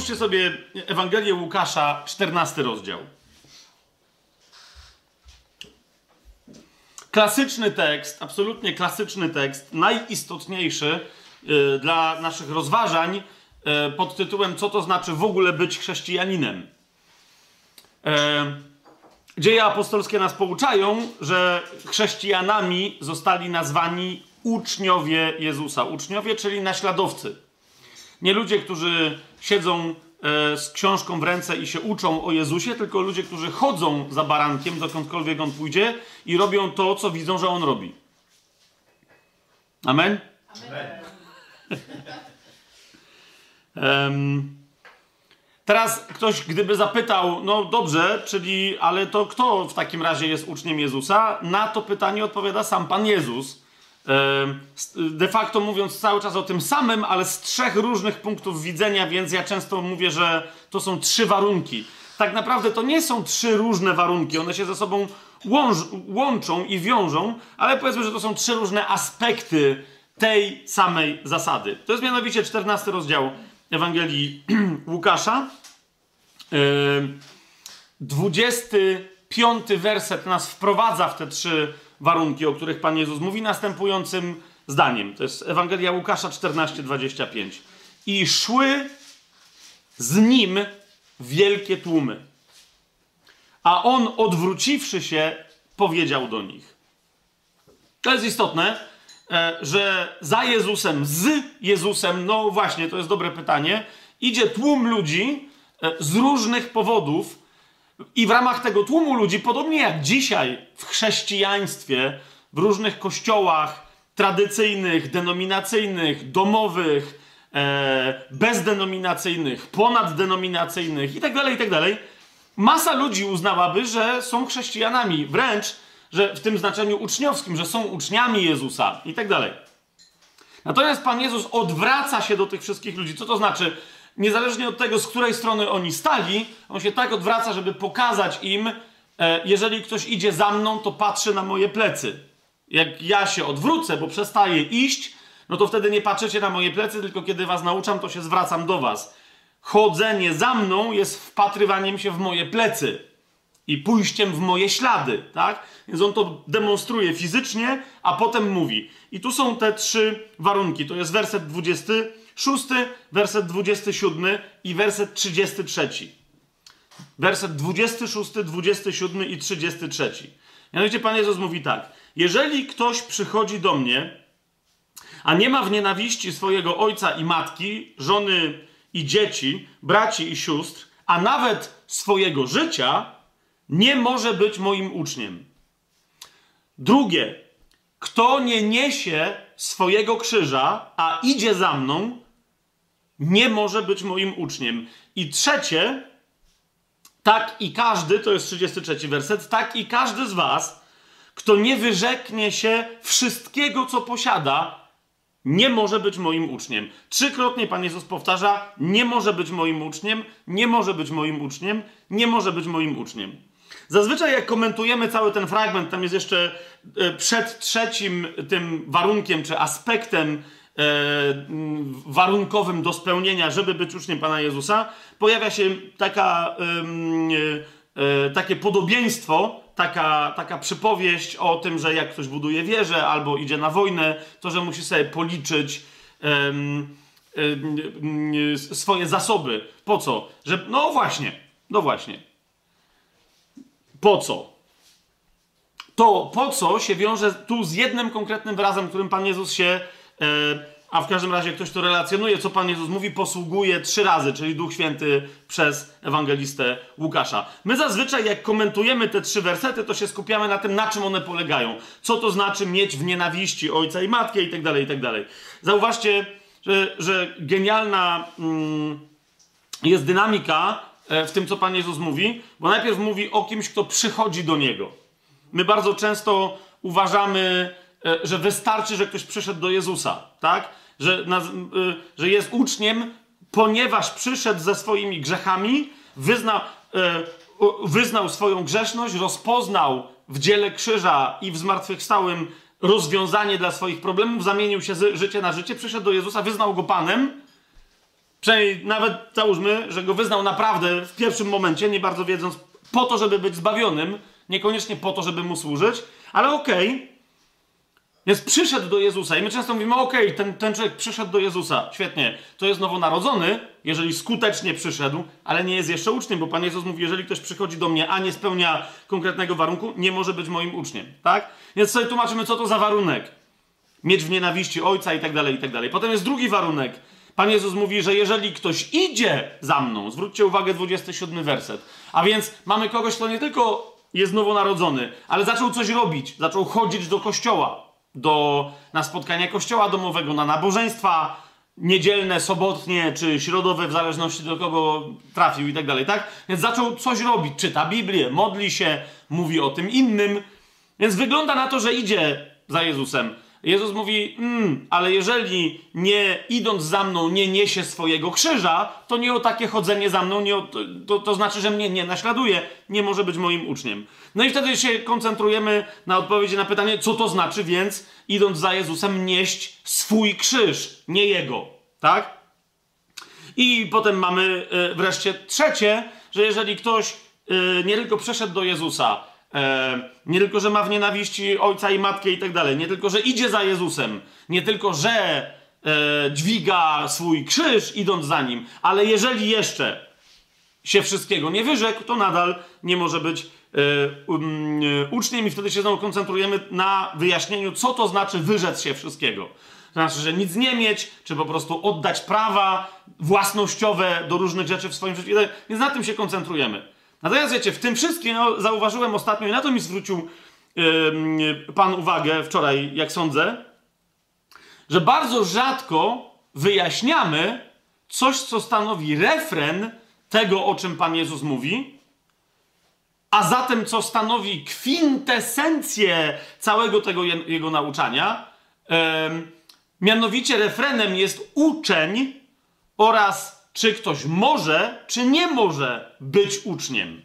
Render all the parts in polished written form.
Otwórzcie sobie Ewangelię Łukasza, 14 rozdział. Klasyczny tekst, absolutnie klasyczny tekst, najistotniejszy dla naszych rozważań pod tytułem co to znaczy w ogóle być chrześcijaninem. Dzieje apostolskie nas pouczają, że chrześcijanami zostali nazwani uczniowie Jezusa. Uczniowie, czyli naśladowcy. Nie ludzie, którzy siedzą z książką w ręce i się uczą o Jezusie, tylko ludzie, którzy chodzą za barankiem, dokądkolwiek on pójdzie i robią to, co widzą, że on robi. Amen? Amen. Teraz ktoś, gdyby zapytał, no dobrze, czyli, ale to kto w takim razie jest uczniem Jezusa? Na to pytanie odpowiada sam Pan Jezus. De facto mówiąc cały czas o tym samym, ale z 3 różnych punktów widzenia, więc ja często mówię, że to są 3 warunki. Tak naprawdę to nie są 3 różne warunki, one się ze sobą łączą i wiążą, ale powiedzmy, że to są 3 różne aspekty tej samej zasady. To jest mianowicie 14 rozdział Ewangelii Łukasza. 25 werset nas wprowadza w te 3 warunki, o których Pan Jezus mówi następującym zdaniem. To jest Ewangelia Łukasza 14:25. I szły z nim wielkie tłumy. A on, odwróciwszy się, powiedział do nich. To jest istotne, że za Jezusem, z Jezusem, no właśnie, to jest dobre pytanie, idzie tłum ludzi z różnych powodów i w ramach tego tłumu ludzi, podobnie jak dzisiaj w chrześcijaństwie, w różnych kościołach tradycyjnych, denominacyjnych, domowych, bezdenominacyjnych, ponaddenominacyjnych itd., masa ludzi uznałaby, że są chrześcijanami, wręcz, że w tym znaczeniu uczniowskim, że są uczniami Jezusa itd. Natomiast Pan Jezus odwraca się do tych wszystkich ludzi. Co to znaczy? Niezależnie od tego, z której strony oni stali, on się tak odwraca, żeby pokazać im, jeżeli ktoś idzie za mną, to patrzy na moje plecy. Jak ja się odwrócę, bo przestaję iść, no to wtedy nie patrzycie na moje plecy, tylko kiedy was nauczam, to się zwracam do was. Chodzenie za mną jest wpatrywaniem się w moje plecy i pójściem w moje ślady, tak? Więc on to demonstruje fizycznie, a potem mówi. I tu są te 3 warunki. To jest werset 26, werset 27 i werset 33. Werset 26, 27 i 33. Mianowicie Pan Jezus mówi tak. Jeżeli ktoś przychodzi do mnie, a nie ma w nienawiści swojego ojca i matki, żony i dzieci, braci i sióstr, a nawet swojego życia, nie może być moim uczniem. Drugie. Kto nie niesie swojego krzyża, a idzie za mną, nie może być moim uczniem. I trzecie, tak i każdy, to jest 33 werset, tak i każdy z was, kto nie wyrzeknie się wszystkiego, co posiada, nie może być moim uczniem. 3-krotnie Pan Jezus powtarza, nie może być moim uczniem, nie może być moim uczniem, nie może być moim uczniem. Zazwyczaj jak komentujemy cały ten fragment, tam jest jeszcze przed 3. tym warunkiem, czy aspektem warunkowym do spełnienia, żeby być uczniem Pana Jezusa, pojawia się takie podobieństwo, taka przypowieść o tym, że jak ktoś buduje wieżę albo idzie na wojnę, to że musi sobie policzyć swoje zasoby. Po co? No właśnie. Po co? To po co się wiąże tu z jednym konkretnym wyrazem, którym Pan Jezus się, a w każdym razie ktoś to relacjonuje, co Pan Jezus mówi, posługuje 3 razy, czyli Duch Święty przez ewangelistę Łukasza. My zazwyczaj jak komentujemy te 3 wersety, to się skupiamy na tym, na czym one polegają. Co to znaczy mieć w nienawiści ojca i matkę itd., itd. Zauważcie, że genialna jest dynamika w tym, co Pan Jezus mówi, bo najpierw mówi o kimś, kto przychodzi do Niego. My bardzo często uważamy, że wystarczy, że ktoś przyszedł do Jezusa, tak? Że jest uczniem, ponieważ przyszedł ze swoimi grzechami, wyznał swoją grzeszność, rozpoznał w dziele krzyża i w zmartwychwstałym rozwiązanie dla swoich problemów, zamienił się z życia na życie, przyszedł do Jezusa, wyznał Go Panem Przynajmniej nawet załóżmy, że go wyznał naprawdę w pierwszym momencie, nie bardzo wiedząc, po to, żeby być zbawionym, niekoniecznie po to, żeby mu służyć, ale okej. Więc przyszedł do Jezusa i my często mówimy, okej, ten człowiek przyszedł do Jezusa, świetnie, to jest nowonarodzony, jeżeli skutecznie przyszedł, ale nie jest jeszcze uczniem, bo Pan Jezus mówi, jeżeli ktoś przychodzi do mnie, a nie spełnia konkretnego warunku, nie może być moim uczniem, tak? Więc sobie tłumaczymy, co to za warunek. Mieć w nienawiści Ojca i tak dalej, i tak dalej. Potem jest drugi warunek. Pan Jezus mówi, że jeżeli ktoś idzie za mną, zwróćcie uwagę, 27 werset, a więc mamy kogoś, kto nie tylko jest nowonarodzony, ale zaczął coś robić, zaczął chodzić do kościoła, na spotkania kościoła domowego, na nabożeństwa niedzielne, sobotnie czy środowe, w zależności do kogo trafił i tak dalej, tak? Więc zaczął coś robić, czyta Biblię, modli się, mówi o tym innym, więc wygląda na to, że idzie za Jezusem. Jezus mówi, ale jeżeli nie idąc za mną nie niesie swojego krzyża, to nie o takie chodzenie za mną, to znaczy, że mnie nie naśladuje, nie może być moim uczniem. No i wtedy się koncentrujemy na odpowiedzi na pytanie, co to znaczy więc, idąc za Jezusem, nieść swój krzyż, nie jego, tak? I potem mamy wreszcie trzecie, że jeżeli ktoś nie tylko przeszedł do Jezusa, nie tylko, że ma w nienawiści ojca i matkę i tak dalej, nie tylko, że idzie za Jezusem, nie tylko, że dźwiga swój krzyż idąc za nim, ale jeżeli jeszcze się wszystkiego nie wyrzekł, to nadal nie może być uczniem i wtedy się znowu koncentrujemy na wyjaśnieniu, co to znaczy wyrzec się wszystkiego. To znaczy, że nic nie mieć, czy po prostu oddać prawa własnościowe do różnych rzeczy w swoim życiu. Więc na tym się koncentrujemy. Natomiast wiecie, w tym wszystkim zauważyłem ostatnio, i na to mi zwrócił Pan uwagę wczoraj, jak sądzę, że bardzo rzadko wyjaśniamy coś, co stanowi refren tego, o czym Pan Jezus mówi, a zatem co stanowi kwintesencję całego tego jego nauczania. Mianowicie refrenem jest uczeń oraz czy ktoś może, czy nie może być uczniem.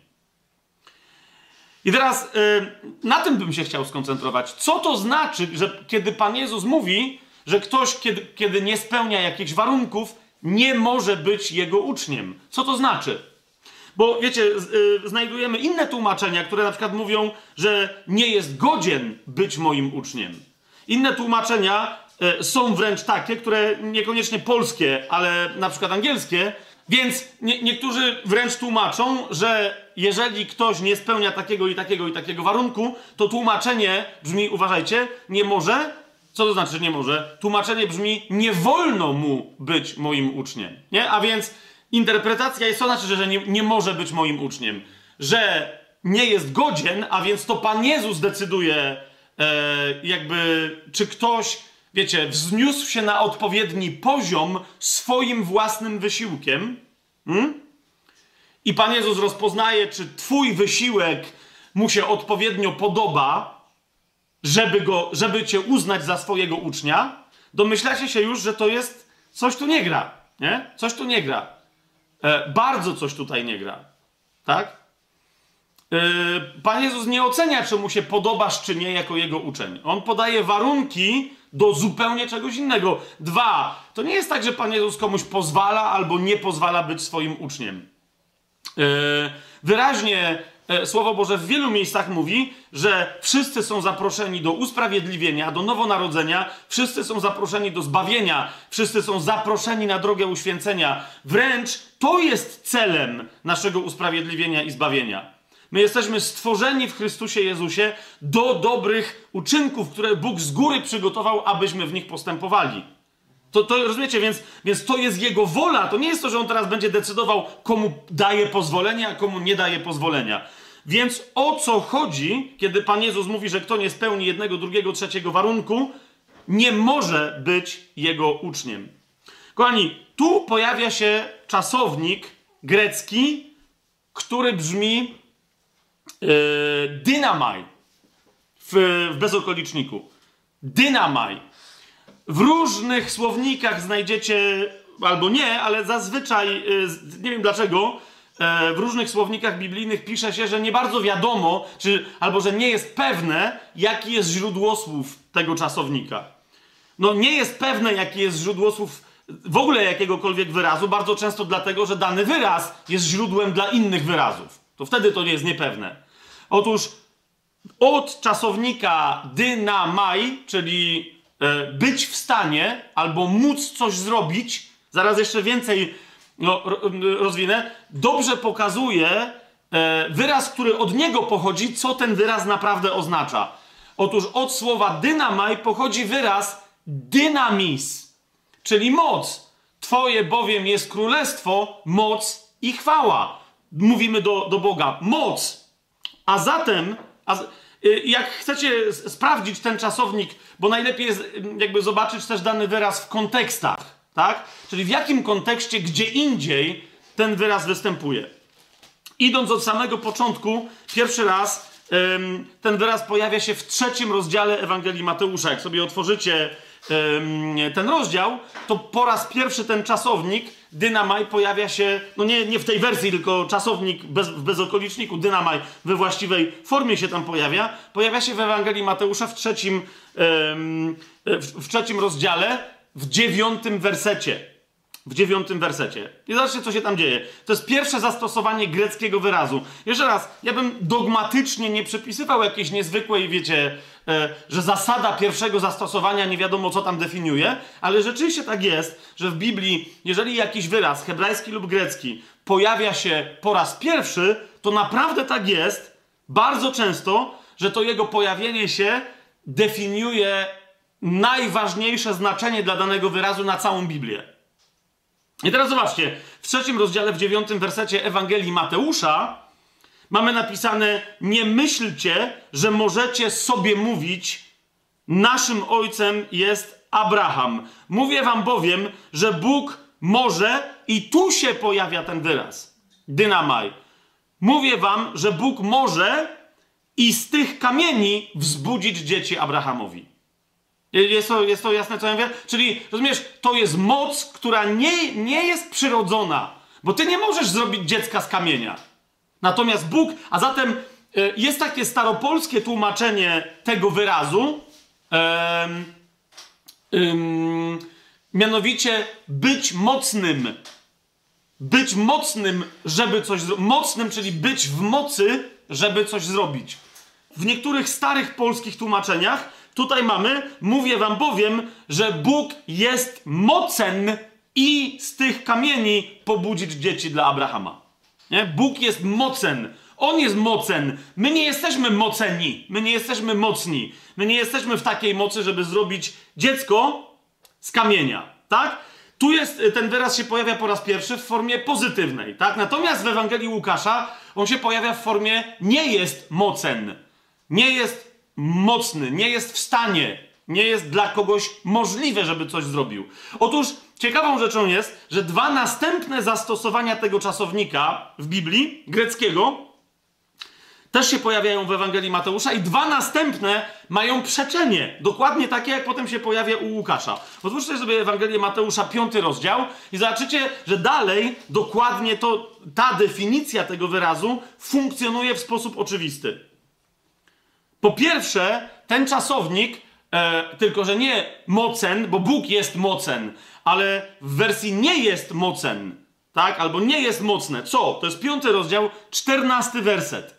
I teraz na tym bym się chciał skoncentrować. Co to znaczy, że kiedy Pan Jezus mówi, że ktoś, kiedy nie spełnia jakichś warunków, nie może być jego uczniem? Co to znaczy? Bo wiecie, znajdujemy inne tłumaczenia, które na przykład mówią, że nie jest godzien być moim uczniem. Inne tłumaczenia są wręcz takie, które niekoniecznie polskie, ale na przykład angielskie, więc niektórzy wręcz tłumaczą, że jeżeli ktoś nie spełnia takiego i takiego i takiego warunku, to tłumaczenie brzmi, uważajcie, nie może. Co to znaczy, że nie może? Tłumaczenie brzmi, nie wolno mu być moim uczniem. Nie? A więc interpretacja jest, co znaczy, że nie może być moim uczniem? Że nie jest godzien, a więc to Pan Jezus decyduje, czy ktoś, wiecie, wzniósł się na odpowiedni poziom swoim własnym wysiłkiem. I Pan Jezus rozpoznaje, czy twój wysiłek mu się odpowiednio podoba, żeby cię uznać za swojego ucznia. Domyślacie się już, że to jest, coś tu nie gra, nie? Coś tu nie gra. Bardzo coś tutaj nie gra. Tak? Pan Jezus nie ocenia, czy mu się podobasz, czy nie, jako jego uczeń. On podaje warunki do zupełnie czegoś innego. 2. To nie jest tak, że Pan Jezus komuś pozwala albo nie pozwala być swoim uczniem. Wyraźnie Słowo Boże w wielu miejscach mówi, że wszyscy są zaproszeni do usprawiedliwienia, do nowonarodzenia, wszyscy są zaproszeni do zbawienia, wszyscy są zaproszeni na drogę uświęcenia. Wręcz to jest celem naszego usprawiedliwienia i zbawienia. My jesteśmy stworzeni w Chrystusie Jezusie do dobrych uczynków, które Bóg z góry przygotował, abyśmy w nich postępowali. To rozumiecie, więc to jest Jego wola. To nie jest to, że On teraz będzie decydował, komu daje pozwolenia, a komu nie daje pozwolenia. Więc o co chodzi, kiedy Pan Jezus mówi, że kto nie spełni jednego, drugiego, trzeciego warunku, nie może być Jego uczniem. Kochani, tu pojawia się czasownik grecki, który brzmi dynamai w bezokoliczniku. Dynamai. W różnych słownikach znajdziecie, albo nie, ale zazwyczaj, nie wiem dlaczego, w różnych słownikach biblijnych pisze się, że nie bardzo wiadomo, albo że nie jest pewne, jaki jest źródłosłów tego czasownika. No nie jest pewne, jaki jest źródłosłów w ogóle jakiegokolwiek wyrazu, bardzo często dlatego, że dany wyraz jest źródłem dla innych wyrazów. To wtedy to nie jest niepewne. Otóż od czasownika dynamai, czyli być w stanie albo móc coś zrobić, zaraz jeszcze więcej rozwinę, dobrze pokazuje wyraz, który od niego pochodzi, co ten wyraz naprawdę oznacza. Otóż od słowa dynamai pochodzi wyraz dynamis, czyli moc. Twoje bowiem jest królestwo, moc i chwała. Mówimy do Boga. Moc. A zatem, jak chcecie sprawdzić ten czasownik, bo najlepiej jest jakby zobaczyć też dany wyraz w kontekstach, tak? Czyli w jakim kontekście, gdzie indziej ten wyraz występuje. Idąc od samego początku, pierwszy raz ten wyraz pojawia się w 3 rozdziale Ewangelii Mateusza. Jak sobie otworzycie ten rozdział, to po raz pierwszy ten czasownik dynamai pojawia się, no nie w tej wersji, tylko czasownik w bezokoliczniku dynamai we właściwej formie się tam pojawia. Pojawia się w Ewangelii Mateusza w 3 rozdziale, w 9 wersecie. W 9 wersecie. I zobaczcie, co się tam dzieje. To jest pierwsze zastosowanie greckiego wyrazu. Jeszcze raz, ja bym dogmatycznie nie przypisywał jakiejś niezwykłej, wiecie, że zasada pierwszego zastosowania nie wiadomo, co tam definiuje, ale rzeczywiście tak jest, że w Biblii, jeżeli jakiś wyraz, hebrajski lub grecki, pojawia się po raz pierwszy, to naprawdę tak jest, bardzo często, że to jego pojawienie się definiuje najważniejsze znaczenie dla danego wyrazu na całą Biblię. I teraz zobaczcie, w 3 rozdziale, w 9 wersecie Ewangelii Mateusza mamy napisane: nie myślcie, że możecie sobie mówić, naszym ojcem jest Abraham. Mówię wam bowiem, że Bóg może, i tu się pojawia ten wyraz, dynamai. Mówię wam, że Bóg może i z tych kamieni wzbudzić dzieci Abrahamowi. Jest to jasne, co ja mówię? Czyli, rozumiesz, to jest moc, która nie jest przyrodzona, bo ty nie możesz zrobić dziecka z kamienia. Natomiast Bóg, a zatem jest takie staropolskie tłumaczenie tego wyrazu, mianowicie być mocnym. Być mocnym, żeby coś zrobić. Mocnym, czyli być w mocy, żeby coś zrobić. W niektórych starych polskich tłumaczeniach tutaj mamy: mówię wam bowiem, że Bóg jest mocen i z tych kamieni pobudzić dzieci dla Abrahama. Nie? Bóg jest mocen. On jest mocen. My nie jesteśmy moceni. My nie jesteśmy mocni. My nie jesteśmy w takiej mocy, żeby zrobić dziecko z kamienia. Tak? Tu jest, ten wyraz się pojawia po raz pierwszy w formie pozytywnej. Tak? Natomiast w Ewangelii Łukasza on się pojawia w formie nie jest mocen. Nie jest mocny, nie jest w stanie, nie jest dla kogoś możliwe, żeby coś zrobił. Otóż ciekawą rzeczą jest, że 2 następne zastosowania tego czasownika w Biblii greckiego też się pojawiają w Ewangelii Mateusza i 2 następne mają przeczenie. Dokładnie takie, jak potem się pojawia u Łukasza. Otwórzcie sobie Ewangelię Mateusza, 5 rozdział i zobaczycie, że dalej dokładnie ta definicja tego wyrazu funkcjonuje w sposób oczywisty. Po pierwsze, ten czasownik, tylko że nie mocen, bo Bóg jest mocen, ale w wersji nie jest mocen, tak? Albo nie jest mocne. Co? To jest 5 rozdział, 14 werset.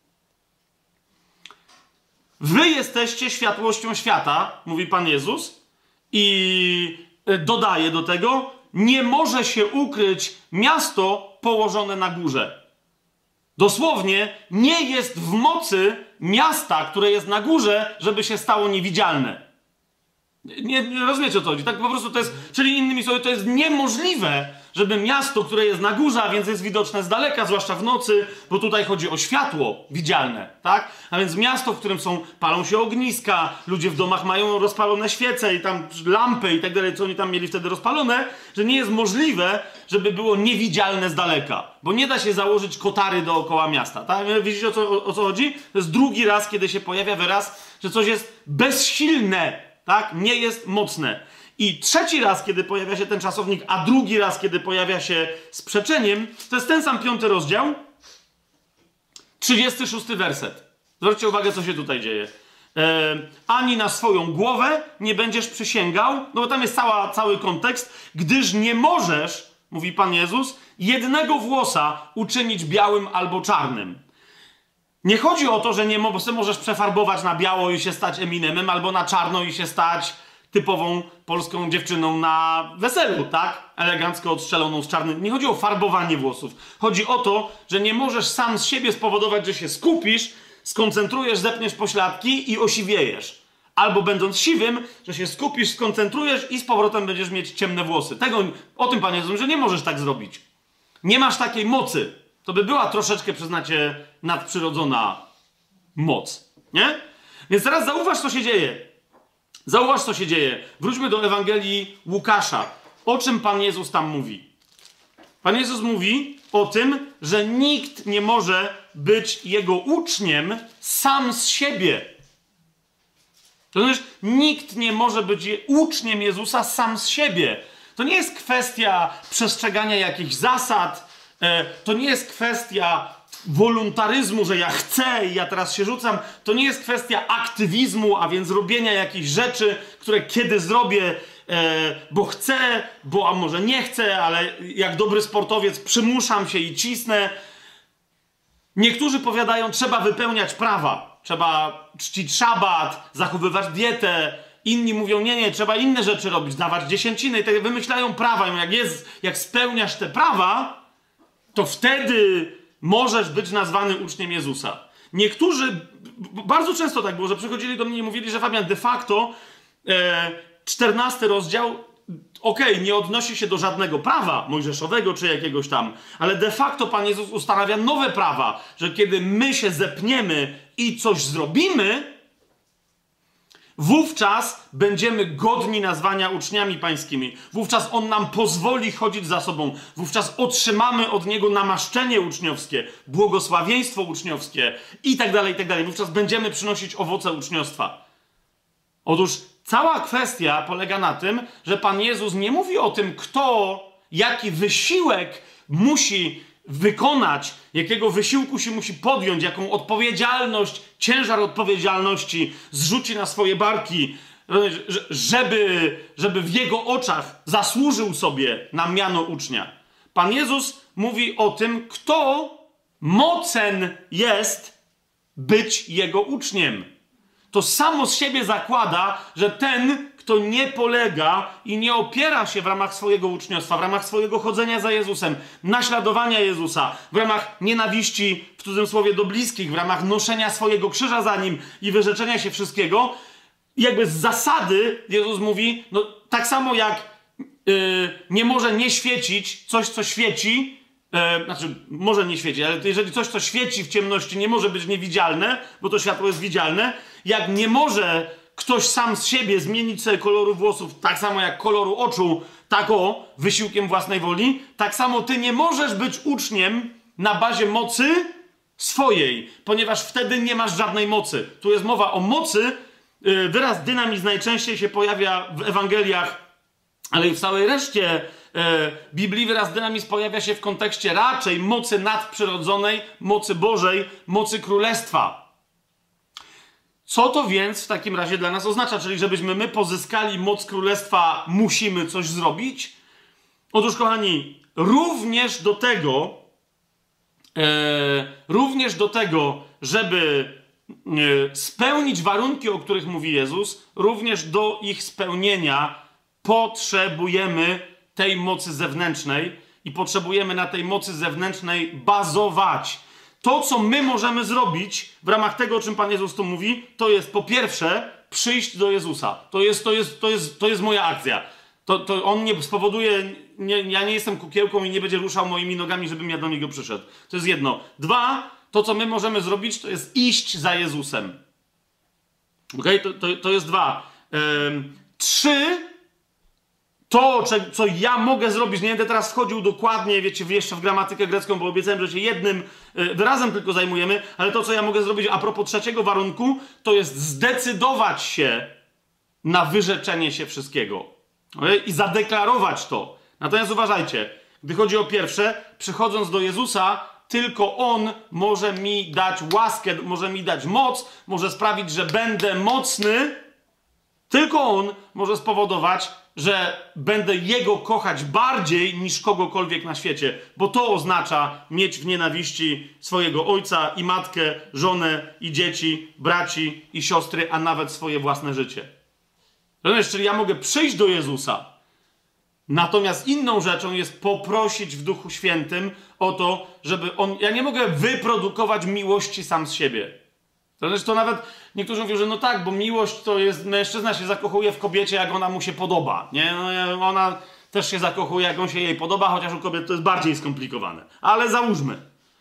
Wy jesteście światłością świata, mówi Pan Jezus, i dodaje do tego: nie może się ukryć miasto położone na górze. Dosłownie, nie jest w mocy miasta, które jest na górze, żeby się stało niewidzialne. Nie rozumiecie, o co chodzi? Tak po prostu to jest, czyli innymi słowy, to jest niemożliwe, żeby miasto, które jest na górze, a więc jest widoczne z daleka, zwłaszcza w nocy, bo tutaj chodzi o światło widzialne, tak? A więc miasto, w którym palą się ogniska, ludzie w domach mają rozpalone świece i tam lampy i tak dalej, co oni tam mieli wtedy rozpalone, że nie jest możliwe, żeby było niewidzialne z daleka, bo nie da się założyć kotary dookoła miasta, tak? Widzicie, o co chodzi? To jest drugi raz, kiedy się pojawia wyraz, że coś jest bezsilne, tak? Nie jest mocne. I trzeci raz, kiedy pojawia się ten czasownik, a drugi raz, kiedy pojawia się z przeczeniem, to jest ten sam 5 rozdział, 36 werset. Zwróćcie uwagę, co się tutaj dzieje. ani na swoją głowę nie będziesz przysięgał, no bo tam jest cały kontekst, gdyż nie możesz, mówi Pan Jezus, jednego włosa uczynić białym albo czarnym. Nie chodzi o to, że nie możesz przefarbować na biało i się stać Eminemem, albo na czarno i się stać typową polską dziewczyną na weselu, tak? Elegancko odstrzeloną z czarnym. Nie chodzi o farbowanie włosów. Chodzi o to, że nie możesz sam z siebie spowodować, że się skupisz, skoncentrujesz, zepniesz pośladki i osiwiejesz. Albo będąc siwym, że się skupisz, skoncentrujesz i z powrotem będziesz mieć ciemne włosy. O tym Pan Jezus mówi, że nie możesz tak zrobić. Nie masz takiej mocy. To by była troszeczkę, przyznacie, nadprzyrodzona moc. Nie? Więc teraz zauważ, co się dzieje. Zauważ, co się dzieje. Wróćmy do Ewangelii Łukasza. O czym Pan Jezus tam mówi? Pan Jezus mówi o tym, że nikt nie może być Jego uczniem sam z siebie. To znaczy, nikt nie może być uczniem Jezusa sam z siebie. To nie jest kwestia przestrzegania jakichś zasad, to nie jest kwestia wolontaryzmu, że ja chcę i ja teraz się rzucam. To nie jest kwestia aktywizmu, a więc robienia jakichś rzeczy, które kiedy zrobię, bo chcę, a może nie chcę, ale jak dobry sportowiec przymuszam się i cisnę. Niektórzy powiadają, trzeba wypełniać prawa. Trzeba czcić szabat, zachowywać dietę. Inni mówią, nie, trzeba inne rzeczy robić, dawać dziesięciny. I tak wymyślają prawa. Jak spełniasz te prawa, to wtedy możesz być nazwany uczniem Jezusa. Niektórzy, bardzo często tak było, że przychodzili do mnie i mówili, że Fabian, de facto 14 rozdział, nie odnosi się do żadnego prawa mojżeszowego czy jakiegoś tam, ale de facto Pan Jezus ustanawia nowe prawa, że kiedy my się zepniemy i coś zrobimy, wówczas będziemy godni nazwania uczniami pańskimi. Wówczas On nam pozwoli chodzić za sobą. Wówczas otrzymamy od Niego namaszczenie uczniowskie, błogosławieństwo uczniowskie i tak dalej, i tak dalej. Wówczas będziemy przynosić owoce uczniostwa. Otóż cała kwestia polega na tym, że Pan Jezus nie mówi o tym, jaki wysiłek musi wykonać, jakiego wysiłku się musi podjąć, jaką odpowiedzialność, ciężar odpowiedzialności zrzuci na swoje barki, żeby w Jego oczach zasłużył sobie na miano ucznia. Pan Jezus mówi o tym, kto mocen jest być Jego uczniem. To samo z siebie zakłada, że ten, kto nie polega i nie opiera się w ramach swojego uczniostwa, w ramach swojego chodzenia za Jezusem, naśladowania Jezusa, w ramach nienawiści, w cudzysłowie, do bliskich, w ramach noszenia swojego krzyża za Nim i wyrzeczenia się wszystkiego, jakby z zasady Jezus mówi, no tak samo jak nie może nie świecić coś, co świeci, może nie świeci, ale jeżeli coś, co świeci w ciemności, nie może być niewidzialne, bo to światło jest widzialne, jak nie może ktoś sam z siebie zmienić sobie koloru włosów, tak samo jak koloru oczu, wysiłkiem własnej woli, tak samo ty nie możesz być uczniem na bazie mocy swojej, ponieważ wtedy nie masz żadnej mocy. Tu jest mowa o mocy. Wyraz dynamizm najczęściej się pojawia w Ewangeliach, ale i w całej reszcie Biblii wyraz dynamizm pojawia się w kontekście raczej mocy nadprzyrodzonej, mocy Bożej, mocy Królestwa. Co to więc w takim razie dla nas oznacza? Czyli żebyśmy my pozyskali moc Królestwa, musimy coś zrobić? Otóż, kochani, również do tego, żeby spełnić warunki, o których mówi Jezus, również do ich spełnienia potrzebujemy tej mocy zewnętrznej i potrzebujemy na tej mocy zewnętrznej bazować. To, co my możemy zrobić w ramach tego, o czym Pan Jezus tu mówi, to jest po pierwsze przyjść do Jezusa. To jest moja akcja. To On nie spowoduje, ja nie jestem kukiełką i nie będzie ruszał moimi nogami, żebym ja do Niego przyszedł. To jest jedno. Dwa, to, co my możemy zrobić, to jest iść za Jezusem. Okej? To jest dwa. Trzy, to, co ja mogę zrobić, nie będę teraz wchodził dokładnie, wiecie, jeszcze w gramatykę grecką, bo obiecałem, że się jednym wyrazem tylko zajmujemy, ale to, co ja mogę zrobić a propos trzeciego warunku, to jest zdecydować się na wyrzeczenie się wszystkiego. I zadeklarować to. Natomiast uważajcie, gdy chodzi o pierwsze, przychodząc do Jezusa, tylko On może mi dać łaskę, może mi dać moc, może sprawić, że będę mocny. Tylko On może spowodować, że będę Jego kochać bardziej niż kogokolwiek na świecie, bo to oznacza mieć w nienawiści swojego ojca i matkę, żonę i dzieci, braci i siostry, a nawet swoje własne życie. Rozumiesz, czyli ja mogę przyjść do Jezusa, natomiast inną rzeczą jest poprosić w Duchu Świętym o to, żeby On... Ja nie mogę wyprodukować miłości sam z siebie. To nawet niektórzy mówią, że no tak, bo miłość to jest... Mężczyzna się zakochuje w kobiecie, jak ona mu się podoba. Nie? No, ona też się zakochuje, jak on się jej podoba, chociaż u kobiet to jest bardziej skomplikowane. Ale załóżmy.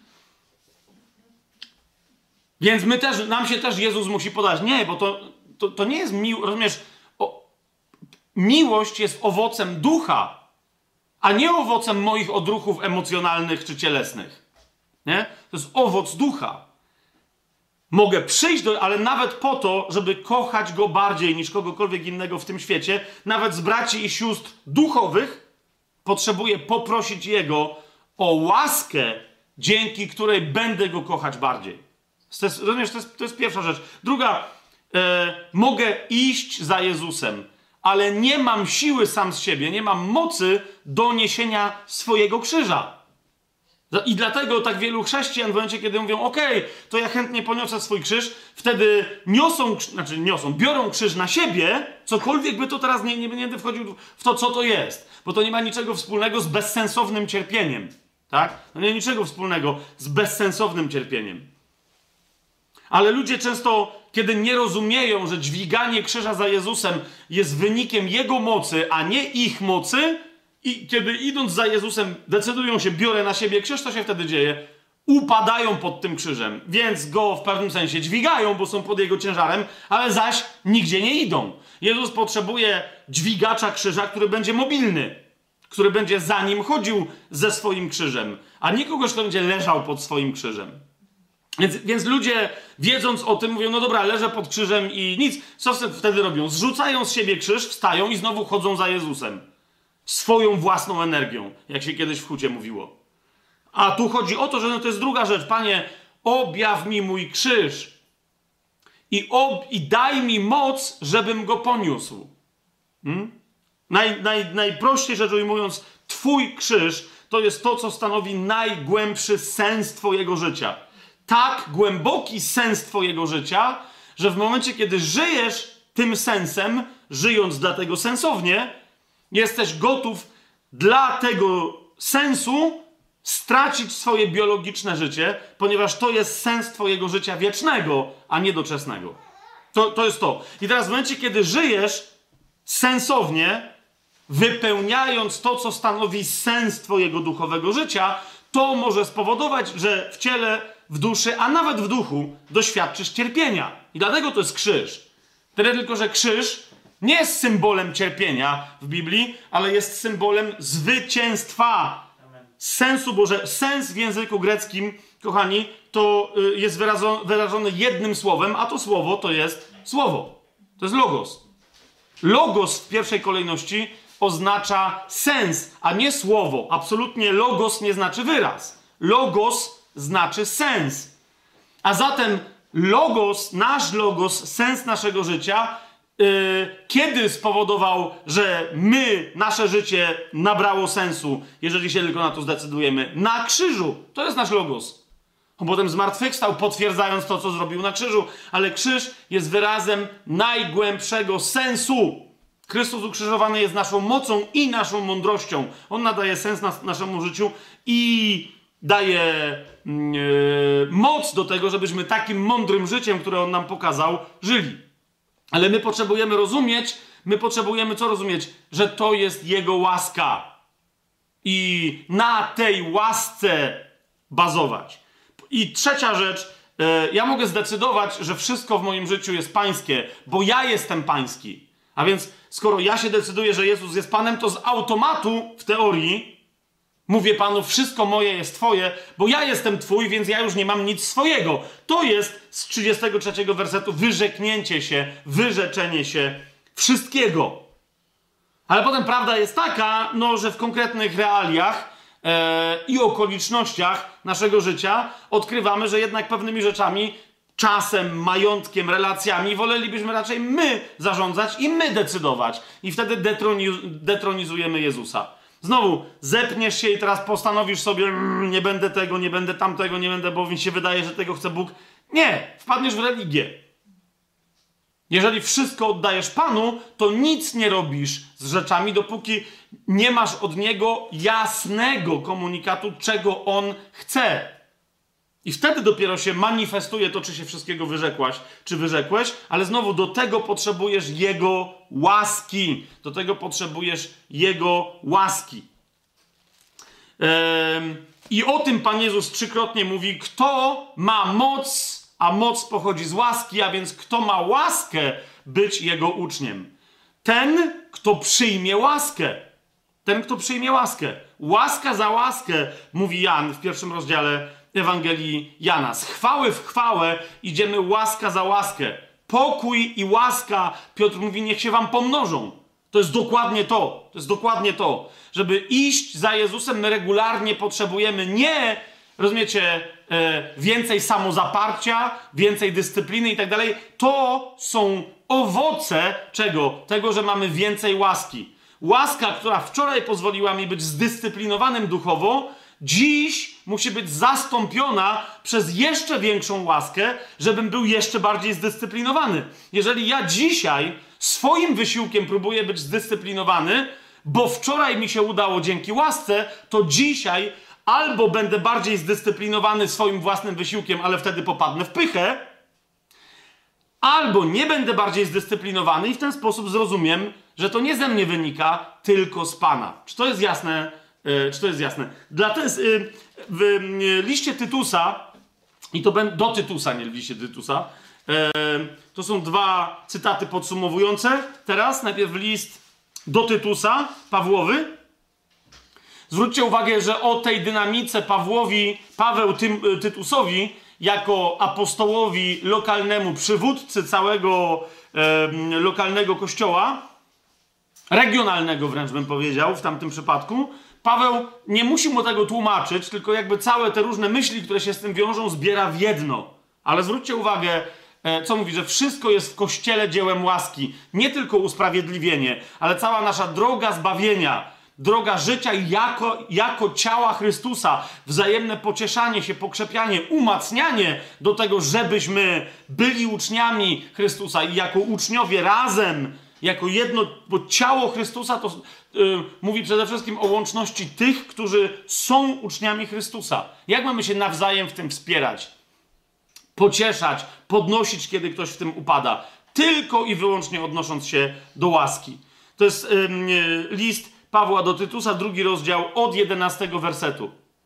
Więc nam się też Jezus musi podać. Nie, bo to nie jest miłość. Rozumiesz? Miłość jest owocem ducha, a nie owocem moich odruchów emocjonalnych czy cielesnych. Nie? To jest owoc ducha. Mogę przyjść ale nawet po to, żeby kochać Go bardziej niż kogokolwiek innego w tym świecie, nawet z braci i sióstr duchowych, potrzebuję poprosić Jego o łaskę, dzięki której będę Go kochać bardziej. Rozumiesz, to jest pierwsza rzecz. Druga, mogę iść za Jezusem, ale nie mam siły sam z siebie, nie mam mocy do niesienia swojego krzyża. I dlatego tak wielu chrześcijan w momencie, kiedy mówią, okej, to ja chętnie poniosę swój krzyż, wtedy biorą krzyż na siebie, cokolwiek by to teraz nie będę wchodził w to, co to jest, bo to nie ma niczego wspólnego z bezsensownym cierpieniem, tak? To nie ma niczego wspólnego z bezsensownym cierpieniem. Ale ludzie często, kiedy nie rozumieją, że dźwiganie krzyża za Jezusem jest wynikiem Jego mocy, a nie ich mocy, i kiedy idąc za Jezusem decydują się, biorę na siebie krzyż, to się wtedy dzieje? Upadają pod tym krzyżem, więc go w pewnym sensie dźwigają, bo są pod jego ciężarem, ale zaś nigdzie nie idą. Jezus potrzebuje dźwigacza krzyża, który będzie mobilny, który będzie za nim chodził ze swoim krzyżem, a nie kogoś, kto będzie leżał pod swoim krzyżem. Więc ludzie, wiedząc o tym, mówią, no dobra, leżę pod krzyżem i nic. Co wtedy robią? Zrzucają z siebie krzyż, wstają i znowu chodzą za Jezusem. Swoją własną energią, jak się kiedyś w Hucie mówiło. A tu chodzi o to, że to jest druga rzecz. Panie, objaw mi mój krzyż i daj mi moc, żebym go poniósł. Najprościej rzecz ujmując, Twój krzyż to jest to, co stanowi najgłębszy sens Twojego życia. Tak głęboki sens Twojego życia, że w momencie, kiedy żyjesz tym sensem, żyjąc dlatego sensownie, jesteś gotów dla tego sensu stracić swoje biologiczne życie, ponieważ to jest sens Twojego życia wiecznego, a nie doczesnego. To jest to. I teraz w momencie, kiedy żyjesz sensownie, wypełniając to, co stanowi sens Twojego duchowego życia, to może spowodować, że w ciele, w duszy, a nawet w duchu doświadczysz cierpienia. I dlatego to jest krzyż. Tyle tylko, że krzyż nie jest symbolem cierpienia w Biblii, ale jest symbolem zwycięstwa. Sensu, bo że sens w języku greckim, kochani, to jest wyrażony jednym słowem, a to słowo to jest słowo. To jest logos. Logos w pierwszej kolejności oznacza sens, a nie słowo. Absolutnie logos nie znaczy wyraz. Logos znaczy sens. A zatem logos, nasz logos, sens naszego życia, kiedy spowodował, że nasze życie nabrało sensu, jeżeli się tylko na to zdecydujemy? Na krzyżu. To jest nasz logos. On potem zmartwychwstał, potwierdzając to, co zrobił na krzyżu. Ale krzyż jest wyrazem najgłębszego sensu. Chrystus ukrzyżowany jest naszą mocą i naszą mądrością. On nadaje sens naszemu życiu i daje moc do tego, żebyśmy takim mądrym życiem, które On nam pokazał, żyli. Ale my potrzebujemy rozumieć, co rozumieć? Że to jest Jego łaska. I na tej łasce bazować. I trzecia rzecz, ja mogę zdecydować, że wszystko w moim życiu jest pańskie, bo ja jestem pański. A więc skoro ja się decyduję, że Jezus jest Panem, to z automatu, w teorii, mówię Panu, wszystko moje jest Twoje, bo ja jestem Twój, więc ja już nie mam nic swojego. To jest z 33 wersetu wyrzeknięcie się, wyrzeczenie się wszystkiego. Ale potem prawda jest taka, że w konkretnych realiach i okolicznościach naszego życia odkrywamy, że jednak pewnymi rzeczami, czasem, majątkiem, relacjami wolelibyśmy raczej my zarządzać i my decydować. I wtedy detronizujemy Jezusa. Znowu, zepniesz się i teraz postanowisz sobie, nie będę tego, nie będę tamtego, nie będę, bo mi się wydaje, że tego chce Bóg. Nie, wpadniesz w religię. Jeżeli wszystko oddajesz Panu, to nic nie robisz z rzeczami, dopóki nie masz od Niego jasnego komunikatu, czego On chce. I wtedy dopiero się manifestuje to, czy się wszystkiego wyrzekłaś, czy wyrzekłeś, ale znowu do tego potrzebujesz Jego łaski. Do tego potrzebujesz Jego łaski. I o tym Pan Jezus trzykrotnie mówi, kto ma moc, a moc pochodzi z łaski, a więc kto ma łaskę być Jego uczniem? Ten, kto przyjmie łaskę. Ten, kto przyjmie łaskę. Łaska za łaskę, mówi Jan w 1 rozdziale Ewangelii Jana. Z chwały w chwałę idziemy łaska za łaskę. Pokój i łaska, Piotr mówi, niech się wam pomnożą. To jest dokładnie to. To jest dokładnie to. Żeby iść za Jezusem, my regularnie potrzebujemy nie, rozumiecie, więcej samozaparcia, więcej dyscypliny i tak dalej. To są owoce czego? Tego, że mamy więcej łaski. Łaska, która wczoraj pozwoliła mi być zdyscyplinowanym duchowo, dziś musi być zastąpiona przez jeszcze większą łaskę, żebym był jeszcze bardziej zdyscyplinowany. Jeżeli ja dzisiaj swoim wysiłkiem próbuję być zdyscyplinowany, bo wczoraj mi się udało dzięki łasce, to dzisiaj albo będę bardziej zdyscyplinowany swoim własnym wysiłkiem, ale wtedy popadnę w pychę, albo nie będę bardziej zdyscyplinowany i w ten sposób zrozumiem, że to nie ze mnie wynika, tylko z Pana. Czy to jest jasne? Czy to jest jasne? W liście Tytusa, i to do Tytusa, nie w liście Tytusa, to są dwa cytaty podsumowujące. Teraz najpierw list do Tytusa, Pawłowy. Zwróćcie uwagę, że o tej dynamice Paweł Tytusowi, jako apostołowi lokalnemu, przywódcy całego lokalnego kościoła, regionalnego wręcz bym powiedział w tamtym przypadku, Paweł nie musi mu tego tłumaczyć, tylko jakby całe te różne myśli, które się z tym wiążą, zbiera w jedno. Ale zwróćcie uwagę, co mówi, że wszystko jest w Kościele dziełem łaski. Nie tylko usprawiedliwienie, ale cała nasza droga zbawienia, droga życia jako ciała Chrystusa, wzajemne pocieszanie się, pokrzepianie, umacnianie do tego, żebyśmy byli uczniami Chrystusa i jako uczniowie razem, jako jedno, bo ciało Chrystusa to mówi przede wszystkim o łączności tych, którzy są uczniami Chrystusa. Jak mamy się nawzajem w tym wspierać? Pocieszać, podnosić, kiedy ktoś w tym upada. Tylko i wyłącznie odnosząc się do łaski. To jest list Pawła do Tytusa, 2 rozdział, od 11 wersetu.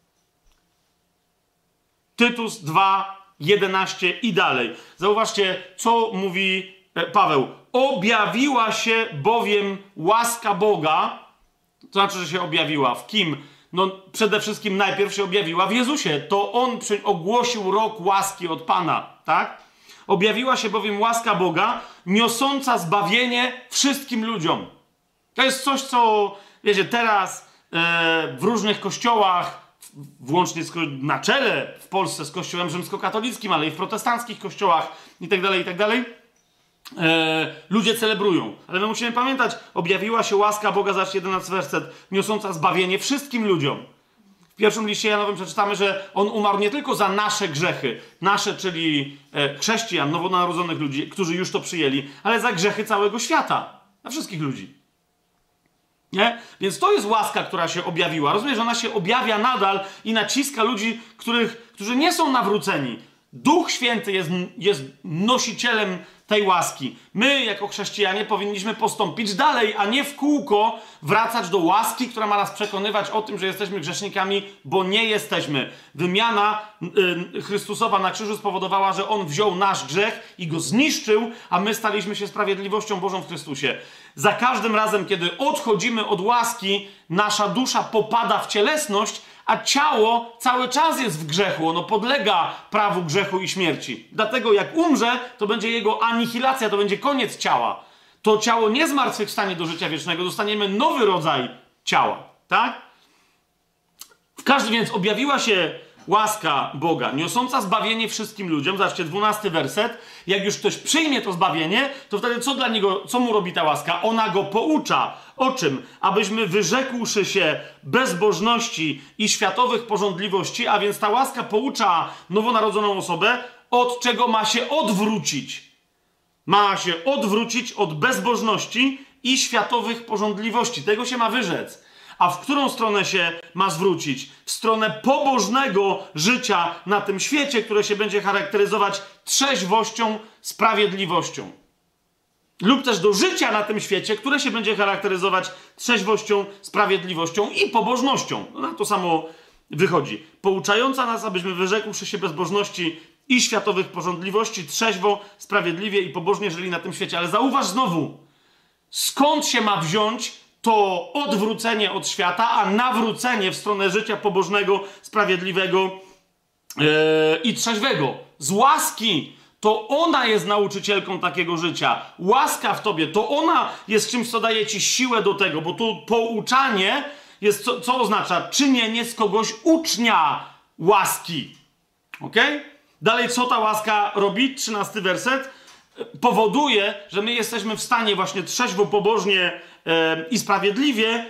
Tytus 2, 11 i dalej. Zauważcie, co mówi Paweł. Objawiła się bowiem łaska Boga. To znaczy, że się objawiła. W kim? No przede wszystkim najpierw się objawiła w Jezusie. To On ogłosił rok łaski od Pana. Tak? Objawiła się bowiem łaska Boga, niosąca zbawienie wszystkim ludziom. To jest coś, co, wiecie, teraz w różnych kościołach, włącznie na czele w Polsce z kościołem rzymskokatolickim, ale i w protestanckich kościołach itd., ludzie celebrują. Ale my musimy pamiętać, objawiła się łaska Boga, zobaczcie 11 werset, niosąca zbawienie wszystkim ludziom. W pierwszym liście Janowym przeczytamy, że On umarł nie tylko za nasze grzechy, nasze, czyli chrześcijan, nowonarodzonych ludzi, którzy już to przyjęli, ale za grzechy całego świata, na wszystkich ludzi. Nie? Więc to jest łaska, która się objawiła. Rozumiesz, że ona się objawia nadal i naciska ludzi, którzy nie są nawróceni. Duch Święty jest nosicielem tej łaski. My, jako chrześcijanie, powinniśmy postąpić dalej, a nie w kółko wracać do łaski, która ma nas przekonywać o tym, że jesteśmy grzesznikami, bo nie jesteśmy. Wymiana Chrystusowa na krzyżu spowodowała, że On wziął nasz grzech i go zniszczył, a my staliśmy się sprawiedliwością Bożą w Chrystusie. Za każdym razem, kiedy odchodzimy od łaski, nasza dusza popada w cielesność, a ciało cały czas jest w grzechu. Ono podlega prawu grzechu i śmierci. Dlatego jak umrze, to będzie jego anihilacja, to będzie koniec ciała. To ciało nie zmartwychwstanie do życia wiecznego, dostaniemy nowy rodzaj ciała. Tak? Więc objawiła się łaska Boga, niosąca zbawienie wszystkim ludziom. Zobaczcie, 12 werset. Jak już ktoś przyjmie to zbawienie, to wtedy co mu robi ta łaska? Ona go poucza. O czym? Abyśmy wyrzekłszy się bezbożności i światowych pożądliwości, a więc ta łaska poucza nowonarodzoną osobę, od czego ma się odwrócić. Ma się odwrócić od bezbożności i światowych pożądliwości. Tego się ma wyrzec. A w którą stronę się ma zwrócić? W stronę pobożnego życia na tym świecie, które się będzie charakteryzować trzeźwością, sprawiedliwością. Lub też do życia na tym świecie, które się będzie charakteryzować trzeźwością, sprawiedliwością i pobożnością. No, na to samo wychodzi. Pouczająca nas, abyśmy wyrzekłszy się bezbożności i światowych pożądliwości, trzeźwo, sprawiedliwie i pobożnie żyli na tym świecie. Ale zauważ znowu, skąd się ma wziąć to odwrócenie od świata, a nawrócenie w stronę życia pobożnego, sprawiedliwego i trzeźwego. Z łaski. To ona jest nauczycielką takiego życia. Łaska w tobie, to ona jest czymś, co daje ci siłę do tego, bo tu pouczanie jest, co oznacza? Czynienie z kogoś ucznia łaski. Okej? Dalej, co ta łaska robi? 13 werset. Powoduje, że my jesteśmy w stanie właśnie trzeźwo, pobożnie i sprawiedliwie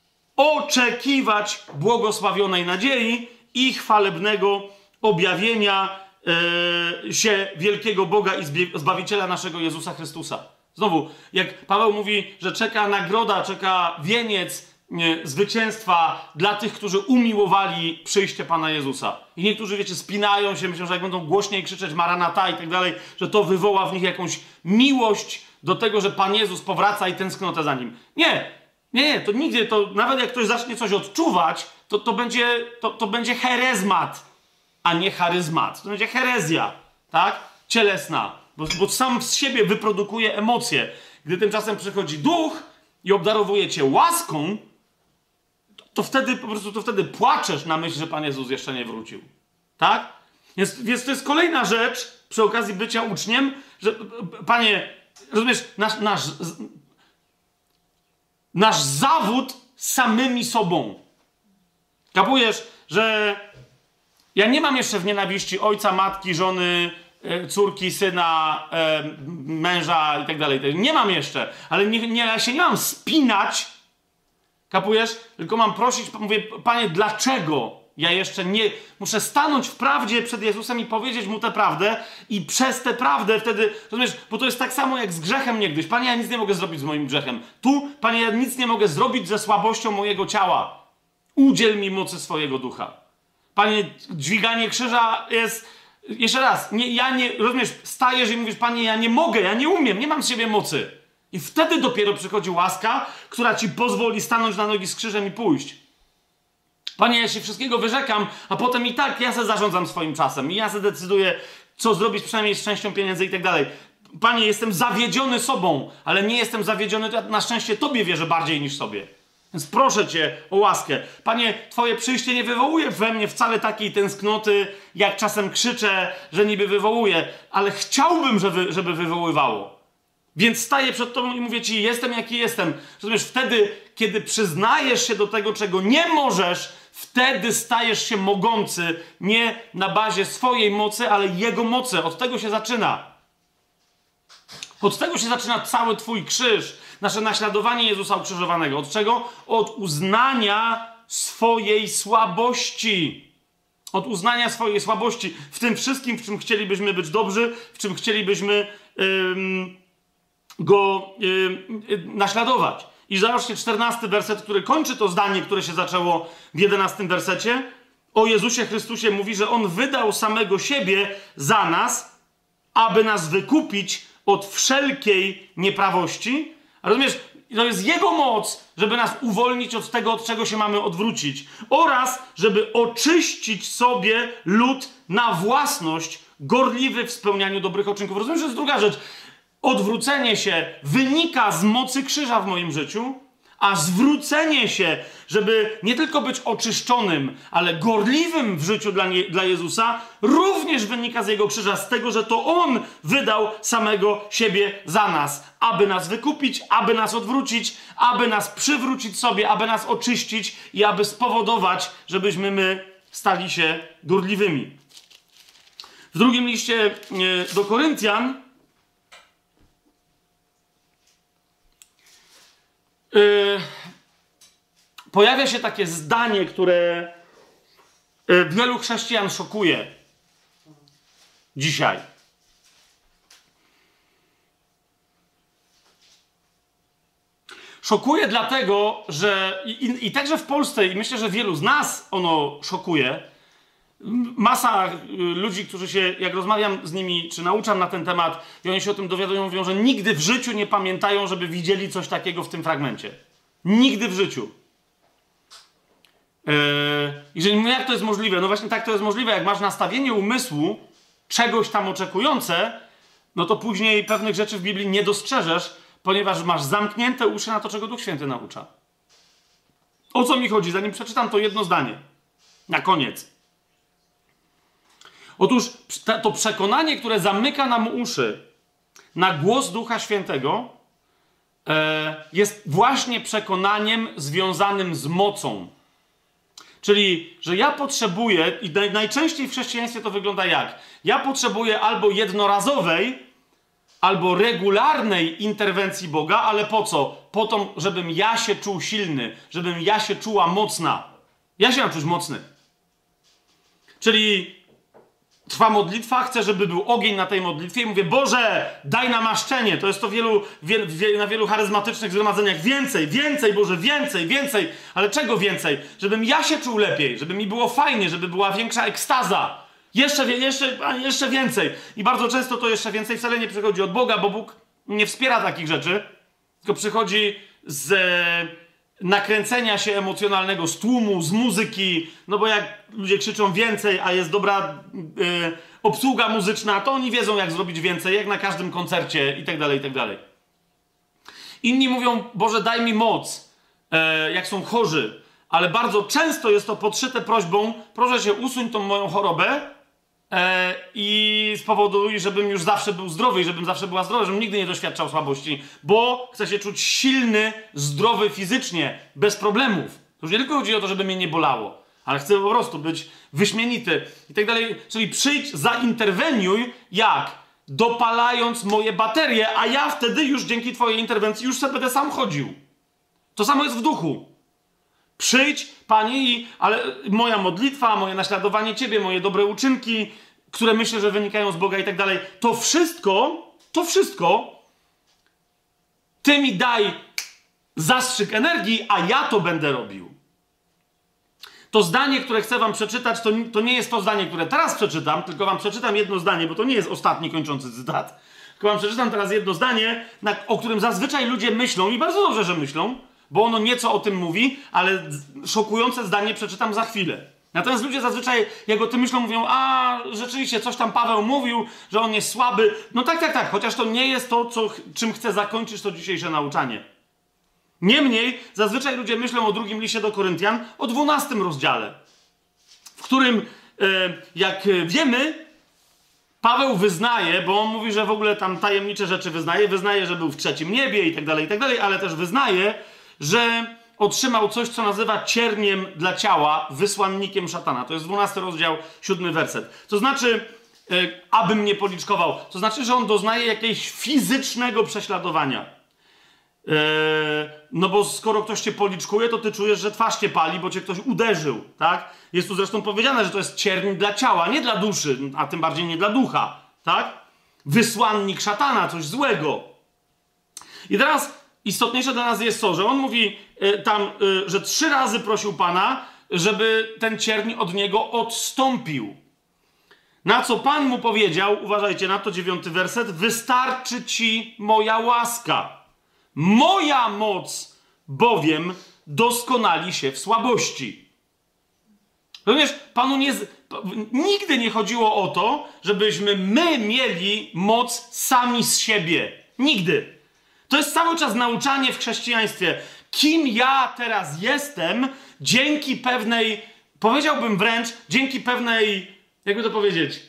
oczekiwać błogosławionej nadziei i chwalebnego objawienia się wielkiego Boga i Zbawiciela naszego Jezusa Chrystusa. Znowu, jak Paweł mówi, że czeka nagroda, czeka wieniec zwycięstwa dla tych, którzy umiłowali przyjście Pana Jezusa. I niektórzy, wiecie, spinają się, myślą, że jak będą głośniej krzyczeć Maranata i tak dalej, że to wywoła w nich jakąś miłość do tego, że Pan Jezus powraca i tęsknotę za Nim. Nie, to nigdy, to nawet jak ktoś zacznie coś odczuwać, to będzie herezmat, a nie charyzmat. To będzie herezja, tak? Cielesna, bo sam z siebie wyprodukuje emocje. Gdy tymczasem przychodzi Duch i obdarowuje cię łaską, to wtedy po prostu płaczesz na myśl, że Pan Jezus jeszcze nie wrócił. Tak? Więc to jest kolejna rzecz przy okazji bycia uczniem, że Panie, rozumiesz, nasz zawód samymi sobą. Kapujesz, że ja nie mam jeszcze w nienawiści ojca, matki, żony, córki, syna, męża i tak dalej. Nie mam jeszcze, ale ja się nie mam spinać, kapujesz? Tylko mam prosić, mówię, Panie, dlaczego ja jeszcze nie... Muszę stanąć w prawdzie przed Jezusem i powiedzieć Mu tę prawdę i przez tę prawdę wtedy, rozumiesz, bo to jest tak samo jak z grzechem niegdyś. Panie, ja nic nie mogę zrobić z moim grzechem. Tu, Panie, ja nic nie mogę zrobić ze słabością mojego ciała. Udziel mi mocy swojego ducha. Panie, dźwiganie krzyża jest... Jeszcze raz, rozumiesz, stajesz i mówisz, Panie, ja nie mogę, ja nie umiem, nie mam z siebie mocy. I wtedy dopiero przychodzi łaska, która ci pozwoli stanąć na nogi z krzyżem i pójść. Panie, ja się wszystkiego wyrzekam, a potem i tak ja se zarządzam swoim czasem i ja se decyduję, co zrobić przynajmniej z częścią pieniędzy i tak dalej. Panie, jestem zawiedziony sobą, ale nie jestem zawiedziony, to ja na szczęście Tobie wierzę bardziej niż sobie. Więc proszę Cię o łaskę. Panie, Twoje przyjście nie wywołuje we mnie wcale takiej tęsknoty, jak czasem krzyczę, że niby wywołuje, ale chciałbym, żeby wywoływało. Więc staję przed Tobą i mówię Ci, jestem jaki jestem. Rozumiesz, wtedy, kiedy przyznajesz się do tego, czego nie możesz, wtedy stajesz się mogący nie na bazie swojej mocy, ale Jego mocy. Od tego się zaczyna. Od tego się zaczyna cały Twój krzyż. Nasze naśladowanie Jezusa ukrzyżowanego. Od czego? Od uznania swojej słabości. Od uznania swojej słabości. W tym wszystkim, w czym chcielibyśmy być dobrzy, w czym chcielibyśmy Go naśladować. I zobaczcie 14 werset, który kończy to zdanie, które się zaczęło w 11 wersecie. O Jezusie Chrystusie mówi, że On wydał samego siebie za nas, aby nas wykupić od wszelkiej nieprawości. A rozumiesz, to jest Jego moc, żeby nas uwolnić od tego, od czego się mamy odwrócić. Oraz, żeby oczyścić sobie lud na własność, gorliwy w spełnianiu dobrych uczynków. Rozumiesz, że jest druga rzecz. Odwrócenie się wynika z mocy krzyża w moim życiu, A zwrócenie się, żeby nie tylko być oczyszczonym, ale gorliwym w życiu dla Jezusa, również wynika z Jego krzyża, z tego, że to On wydał samego siebie za nas, aby nas wykupić, aby nas odwrócić, aby nas przywrócić sobie, aby nas oczyścić i aby spowodować, żebyśmy my stali się gorliwymi. W drugim liście do Koryntian pojawia się takie zdanie, które wielu chrześcijan szokuje dzisiaj. Szokuje dlatego, że i także w Polsce, i myślę, że wielu z nas ono szokuje. Masa ludzi, którzy się, jak rozmawiam z nimi, czy nauczam na ten temat i oni się o tym dowiadują, mówią, że nigdy w życiu nie pamiętają, żeby widzieli coś takiego w tym fragmencie. Nigdy w życiu. Jeżeli mówię, jak to jest możliwe? No właśnie tak to jest możliwe. Jak masz nastawienie umysłu czegoś tam oczekujące, no to później pewnych rzeczy w Biblii nie dostrzeżesz, ponieważ masz zamknięte uszy na to, czego Duch Święty naucza. O co mi chodzi? Zanim przeczytam to jedno zdanie. Na koniec. Otóż to przekonanie, które zamyka nam uszy na głos Ducha Świętego, jest właśnie przekonaniem związanym z mocą. Czyli, że ja potrzebuję, i najczęściej w chrześcijaństwie to wygląda jak? Ja potrzebuję albo jednorazowej, albo regularnej interwencji Boga, ale po co? Po to, żebym ja się czuł silny, żebym ja się czuła mocna. Ja się mam czuć mocny. Czyli trwa modlitwa, chcę, żeby był ogień na tej modlitwie i mówię, Boże, daj namaszczenie. To jest to na wielu charyzmatycznych zgromadzeniach. Więcej, Boże, więcej. Ale czego więcej? Żebym ja się czuł lepiej, żeby mi było fajnie, żeby była większa ekstaza. Jeszcze więcej. I bardzo często to jeszcze więcej wcale nie przychodzi od Boga, bo Bóg nie wspiera takich rzeczy, tylko przychodzi z nakręcenia się emocjonalnego, z tłumu, z muzyki, no bo jak ludzie krzyczą więcej, a jest dobra obsługa muzyczna, to oni wiedzą, jak zrobić więcej, jak na każdym koncercie i tak dalej. Inni mówią, Boże, daj mi moc, jak są chorzy, ale bardzo często jest to podszyte prośbą, proszę się, usuń tą moją chorobę i spowoduj, żebym już zawsze był zdrowy i żebym zawsze była zdrowa, żebym nigdy nie doświadczał słabości, bo chcę się czuć silny, zdrowy fizycznie, bez problemów. To już nie tylko chodzi o to, żeby mnie nie bolało, ale chcę po prostu być wyśmienity i tak dalej. Czyli przyjdź, zainterweniuj, jak? Dopalając moje baterie, a ja wtedy już dzięki twojej interwencji już sobie będę sam chodził. To samo jest w duchu. Przyjdź, Panie, ale moja modlitwa, moje naśladowanie Ciebie, moje dobre uczynki, które myślę, że wynikają z Boga i tak dalej, to wszystko Ty mi daj zastrzyk energii, a ja to będę robił. To zdanie, które chcę wam przeczytać, to nie jest to zdanie, które teraz przeczytam, tylko wam przeczytam jedno zdanie, bo to nie jest ostatni kończący cytat, tylko wam przeczytam teraz jedno zdanie, o którym zazwyczaj ludzie myślą i bardzo dobrze, że myślą, bo ono nieco o tym mówi, ale szokujące zdanie przeczytam za chwilę. Natomiast ludzie zazwyczaj, jak o tym myślą, mówią, a rzeczywiście coś tam Paweł mówił, że on jest słaby. No tak, chociaż to nie jest to, czym chcę zakończyć to dzisiejsze nauczanie. Niemniej, zazwyczaj ludzie myślą o drugim liście do Koryntian, o 12 rozdziale, w którym, jak wiemy, Paweł wyznaje, bo on mówi, że w ogóle tam tajemnicze rzeczy wyznaje, że był w trzecim niebie i tak dalej, ale też wyznaje, że otrzymał coś, co nazywa cierniem dla ciała, wysłannikiem szatana. To jest 12 rozdział, 7 werset. To znaczy, abym nie policzkował, to znaczy, że on doznaje jakiegoś fizycznego prześladowania. No bo skoro ktoś cię policzkuje, to ty czujesz, że twarz cię pali, bo cię ktoś uderzył, tak? Jest tu zresztą powiedziane, że to jest cierń dla ciała, nie dla duszy, a tym bardziej nie dla ducha, tak? Wysłannik szatana, coś złego. I teraz istotniejsze dla nas jest to, że on mówi że 3 razy prosił Pana, żeby ten cierń od niego odstąpił. Na co Pan mu powiedział, uważajcie na to, 9 werset, wystarczy ci moja łaska. Moja moc bowiem doskonali się w słabości. Rozumiesz, Panu nigdy nie chodziło o to, żebyśmy my mieli moc sami z siebie. Nigdy. To jest cały czas nauczanie w chrześcijaństwie. kim ja teraz jestem dzięki pewnej, powiedziałbym wręcz, dzięki pewnej, jakby to powiedzieć,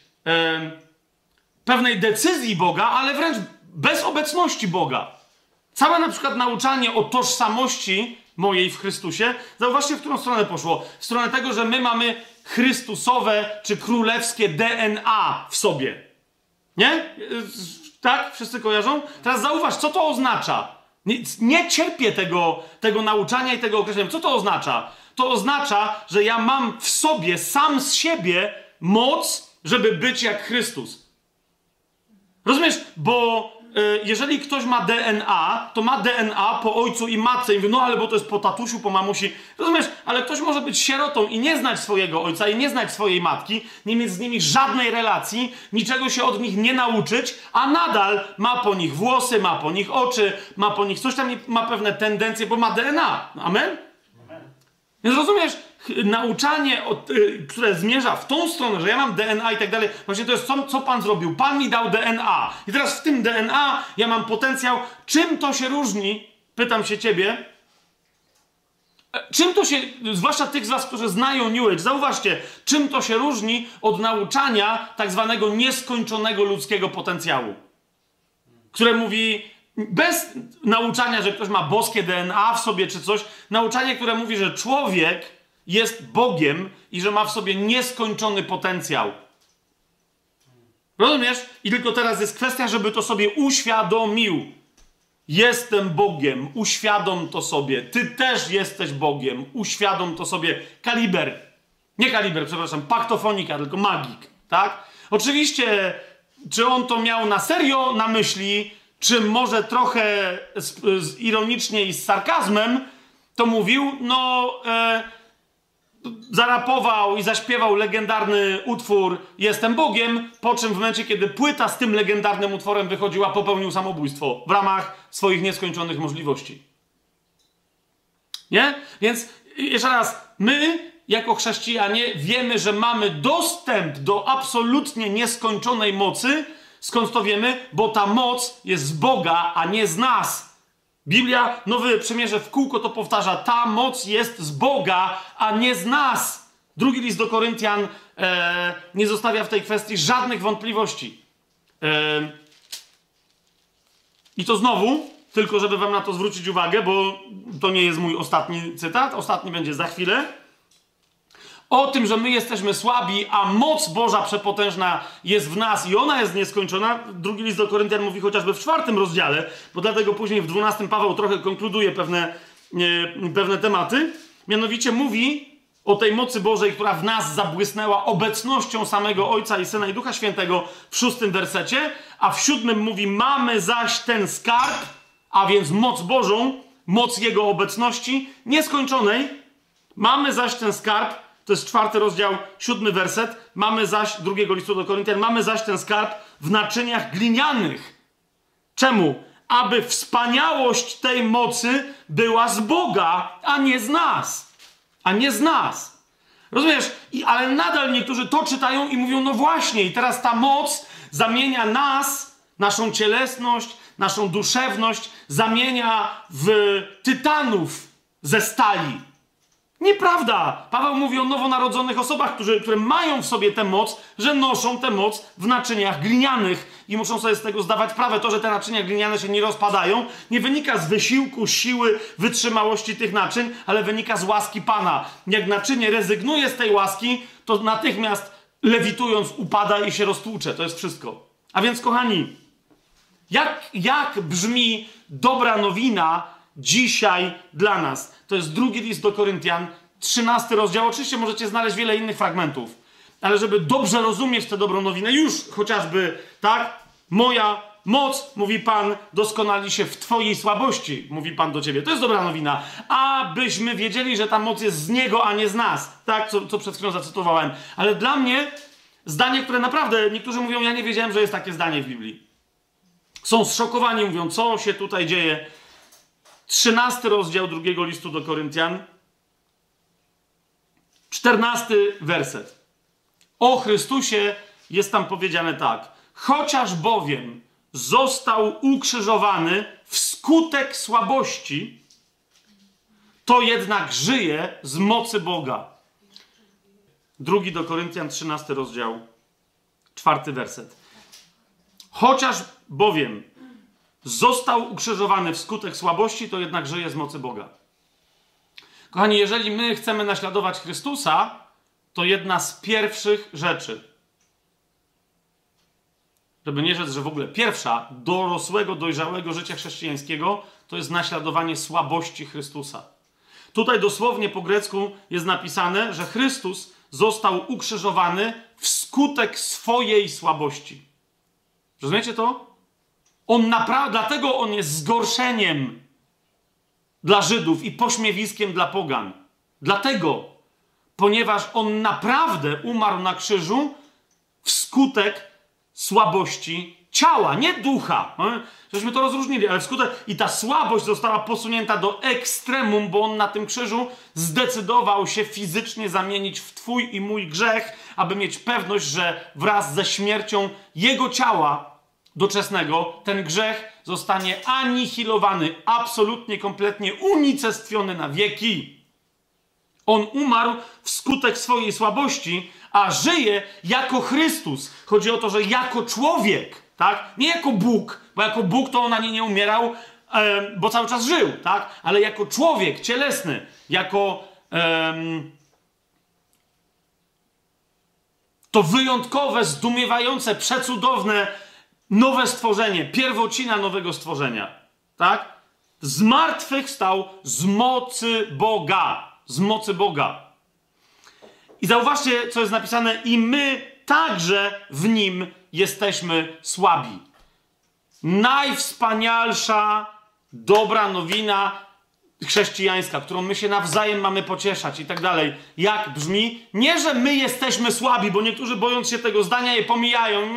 pewnej decyzji Boga, ale wręcz bez obecności Boga. Całe na przykład nauczanie o tożsamości mojej w Chrystusie, zauważcie, w którą stronę poszło. W stronę tego, że my mamy chrystusowe czy królewskie DNA w sobie. Nie? Tak? Wszyscy kojarzą? Teraz zauważ, co to oznacza. Nie cierpię tego nauczania i tego określenia. Co to oznacza? To oznacza, że ja mam w sobie, sam z siebie, moc, żeby być jak Chrystus. Rozumiesz? Bo jeżeli ktoś ma DNA, to ma DNA po ojcu i matce. I mówi, no ale bo to jest po tatusiu, po mamusi. Rozumiesz? Ale ktoś może być sierotą i nie znać swojego ojca i nie znać swojej matki, nie mieć z nimi żadnej relacji, niczego się od nich nie nauczyć, a nadal ma po nich włosy, ma po nich oczy, ma po nich coś tam, ma pewne tendencje, bo ma DNA. Amen? Więc rozumiesz? Nauczanie, które zmierza w tą stronę, że ja mam DNA i tak dalej, właśnie to jest co Pan zrobił. Pan mi dał DNA. I teraz w tym DNA ja mam potencjał. Czym to się różni? Pytam się ciebie. Czym to się, zwłaszcza tych z was, którzy znają New Age, zauważcie, czym to się różni od nauczania tak zwanego nieskończonego ludzkiego potencjału, które mówi, bez nauczania, że ktoś ma boskie DNA w sobie czy coś, nauczanie, które mówi, że człowiek jest Bogiem i że ma w sobie nieskończony potencjał. Rozumiesz? I tylko teraz jest kwestia, żeby to sobie uświadomił. Jestem Bogiem, uświadom to sobie. Ty też jesteś Bogiem, uświadom to sobie. Kaliber. Nie Kaliber, przepraszam, Paktofonika, tylko magik. Tak? Oczywiście, czy on to miał na serio na myśli, czy może trochę ironicznie i z sarkazmem, to mówił, zarapował i zaśpiewał legendarny utwór Jestem Bogiem, po czym w momencie, kiedy płyta z tym legendarnym utworem wychodziła, popełnił samobójstwo w ramach swoich nieskończonych możliwości. Nie? Więc jeszcze raz, my jako chrześcijanie wiemy, że mamy dostęp do absolutnie nieskończonej mocy. Skąd to wiemy? Bo ta moc jest z Boga, a nie z nas. Biblia, Nowe Przymierze w kółko to powtarza. Ta moc jest z Boga, a nie z nas. Drugi list do Koryntian nie zostawia w tej kwestii żadnych wątpliwości. I to znowu, tylko żeby wam na to zwrócić uwagę, bo to nie jest mój ostatni cytat. Ostatni będzie za chwilę. O tym, że my jesteśmy słabi, a moc Boża przepotężna jest w nas i ona jest nieskończona. Drugi list do Koryntian mówi chociażby w 4 rozdziale, bo dlatego później w 12 Paweł trochę konkluduje pewne tematy. Mianowicie mówi o tej mocy Bożej, która w nas zabłysnęła obecnością samego Ojca i Syna i Ducha Świętego w 6 wersecie, a w 7 mówi, mamy zaś ten skarb, a więc moc Bożą, moc Jego obecności nieskończonej. Mamy zaś ten skarb, to jest 4 rozdział, 7 werset. Mamy zaś, drugiego listu do Koryntian, mamy zaś ten skarb w naczyniach glinianych. Czemu? Aby wspaniałość tej mocy była z Boga, a nie z nas. A nie z nas. Rozumiesz? Ale nadal niektórzy to czytają i mówią, no właśnie, i teraz ta moc zamienia nas, naszą cielesność, naszą duszewność, zamienia w tytanów ze stali. Nieprawda! Paweł mówi o nowonarodzonych osobach, które mają w sobie tę moc, że noszą tę moc w naczyniach glinianych i muszą sobie z tego zdawać sprawę. To, że te naczynia gliniane się nie rozpadają, nie wynika z wysiłku, siły, wytrzymałości tych naczyń, ale wynika z łaski Pana. Jak naczynie rezygnuje z tej łaski, to natychmiast lewitując upada i się roztłucze. To jest wszystko. A więc, kochani, jak brzmi dobra nowina dzisiaj dla nas? To jest drugi list do Koryntian, 13 rozdział. Oczywiście możecie znaleźć wiele innych fragmentów, ale żeby dobrze rozumieć tę dobrą nowinę, już chociażby, tak? Moja moc, mówi Pan, doskonali się w Twojej słabości, mówi Pan do ciebie. To jest dobra nowina. Abyśmy wiedzieli, że ta moc jest z Niego, a nie z nas. Tak, co przed chwilą zacytowałem. Ale dla mnie zdanie, które naprawdę, niektórzy mówią, ja nie wiedziałem, że jest takie zdanie w Biblii. Są zszokowani, mówią, co się tutaj dzieje. 13 rozdział drugiego listu do Koryntian, 14 werset. O Chrystusie jest tam powiedziane tak. Chociaż bowiem został ukrzyżowany wskutek słabości, to jednak żyje z mocy Boga. 2 do Koryntian, 13 rozdział, 4 werset. Chociaż bowiem został ukrzyżowany wskutek słabości, to jednak żyje z mocy Boga. Kochani, jeżeli my chcemy naśladować Chrystusa, to jedna z pierwszych rzeczy, żeby nie rzec, że w ogóle pierwsza dorosłego, dojrzałego życia chrześcijańskiego, to jest naśladowanie słabości Chrystusa. Tutaj dosłownie po grecku jest napisane, że Chrystus został ukrzyżowany wskutek swojej słabości. Rozumiecie to? Dlatego on jest zgorszeniem dla Żydów i pośmiewiskiem dla pogan. Dlatego, ponieważ on naprawdę umarł na krzyżu wskutek słabości ciała, nie ducha. Żeśmy to rozróżnili, ale wskutek... I ta słabość została posunięta do ekstremum, bo on na tym krzyżu zdecydował się fizycznie zamienić w twój i mój grzech, aby mieć pewność, że wraz ze śmiercią jego ciała doczesnego ten grzech zostanie anihilowany, absolutnie, kompletnie unicestwiony na wieki. On umarł wskutek swojej słabości, a żyje jako Chrystus. Chodzi o to, że jako człowiek, tak? Nie jako Bóg, bo jako Bóg to on ani nie umierał, bo cały czas żył, tak? Ale jako człowiek cielesny, jako to wyjątkowe, zdumiewające, przecudowne nowe stworzenie, pierwocina nowego stworzenia, tak? Zmartwychwstał z mocy Boga. Z mocy Boga. I zauważcie, co jest napisane. I my także w Nim jesteśmy słabi. Najwspanialsza, dobra nowina chrześcijańska, którą my się nawzajem mamy pocieszać i tak dalej. Jak brzmi? Nie, że my jesteśmy słabi, bo niektórzy bojąc się tego zdania je pomijają.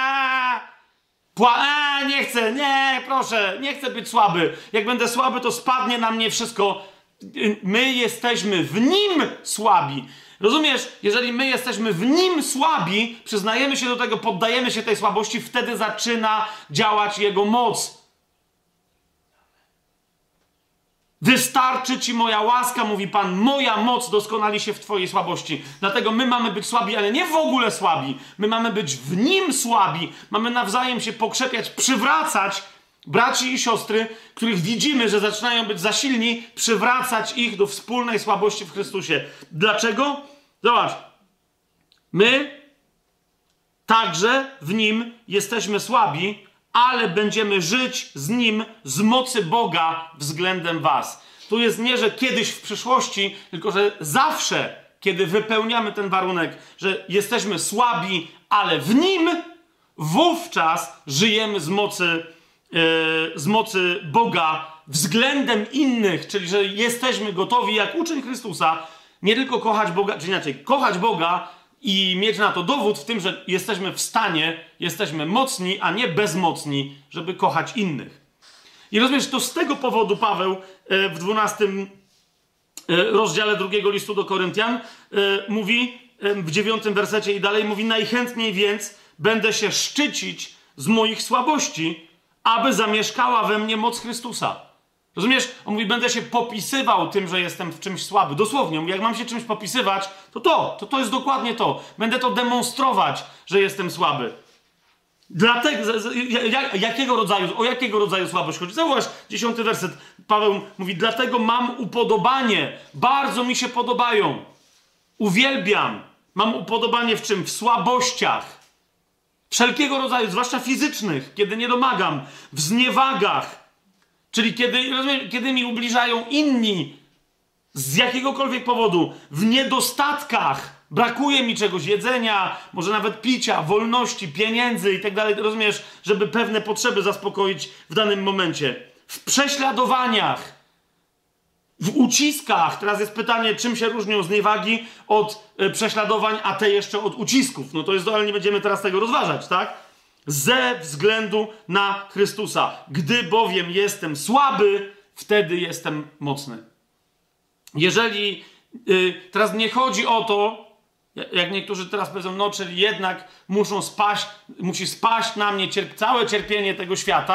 Nie chcę, nie, proszę, nie chcę być słaby. Jak będę słaby, to spadnie na mnie wszystko. My jesteśmy w Nim słabi. Rozumiesz? Jeżeli my jesteśmy w Nim słabi, przyznajemy się do tego, poddajemy się tej słabości, wtedy zaczyna działać Jego moc. Wystarczy Ci moja łaska, mówi Pan, moja moc doskonali się w Twojej słabości. Dlatego my mamy być słabi, ale nie w ogóle słabi. My mamy być w Nim słabi. Mamy nawzajem się pokrzepiać, przywracać braci i siostry, których widzimy, że zaczynają być za silni, przywracać ich do wspólnej słabości w Chrystusie. Dlaczego? Zobacz. My także w Nim jesteśmy słabi, ale będziemy żyć z Nim z mocy Boga względem was. Tu jest nie, że kiedyś w przyszłości, tylko że zawsze, kiedy wypełniamy ten warunek, że jesteśmy słabi, ale w Nim, wówczas żyjemy z mocy Boga względem innych, czyli że jesteśmy gotowi, jak uczeń Chrystusa, nie tylko kochać Boga, czy inaczej, kochać Boga i mieć na to dowód w tym, że jesteśmy w stanie, jesteśmy mocni, a nie bezmocni, żeby kochać innych. I rozumiesz, to z tego powodu Paweł w 12 rozdziale 2 listu do Koryntian mówi, w 9 wersecie i dalej mówi: najchętniej więc będę się szczycić z moich słabości, aby zamieszkała we mnie moc Chrystusa. Rozumiesz? On mówi, będę się popisywał tym, że jestem w czymś słaby. Dosłownie, mówi, jak mam się czymś popisywać, to jest dokładnie to. Będę to demonstrować, że jestem słaby. Dlatego, o jakiego rodzaju słabość chodzi? Zauważ, 10 werset. Paweł mówi, dlatego mam upodobanie. Bardzo mi się podobają. Uwielbiam. Mam upodobanie w czym? W słabościach. Wszelkiego rodzaju, zwłaszcza fizycznych, kiedy nie domagam. W zniewagach. Czyli kiedy mi ubliżają inni z jakiegokolwiek powodu, w niedostatkach, brakuje mi czegoś, jedzenia, może nawet picia, wolności, pieniędzy i tak dalej, rozumiesz, żeby pewne potrzeby zaspokoić w danym momencie. W prześladowaniach, w uciskach. Teraz jest pytanie, czym się różnią zniewagi od prześladowań, a te jeszcze od ucisków. No to jest, ale nie będziemy teraz tego rozważać, tak? Ze względu na Chrystusa. Gdy bowiem jestem słaby, wtedy jestem mocny. Jeżeli teraz nie chodzi o to, jak niektórzy teraz powiedzą, no czyli jednak musi spaść na mnie całe cierpienie tego świata,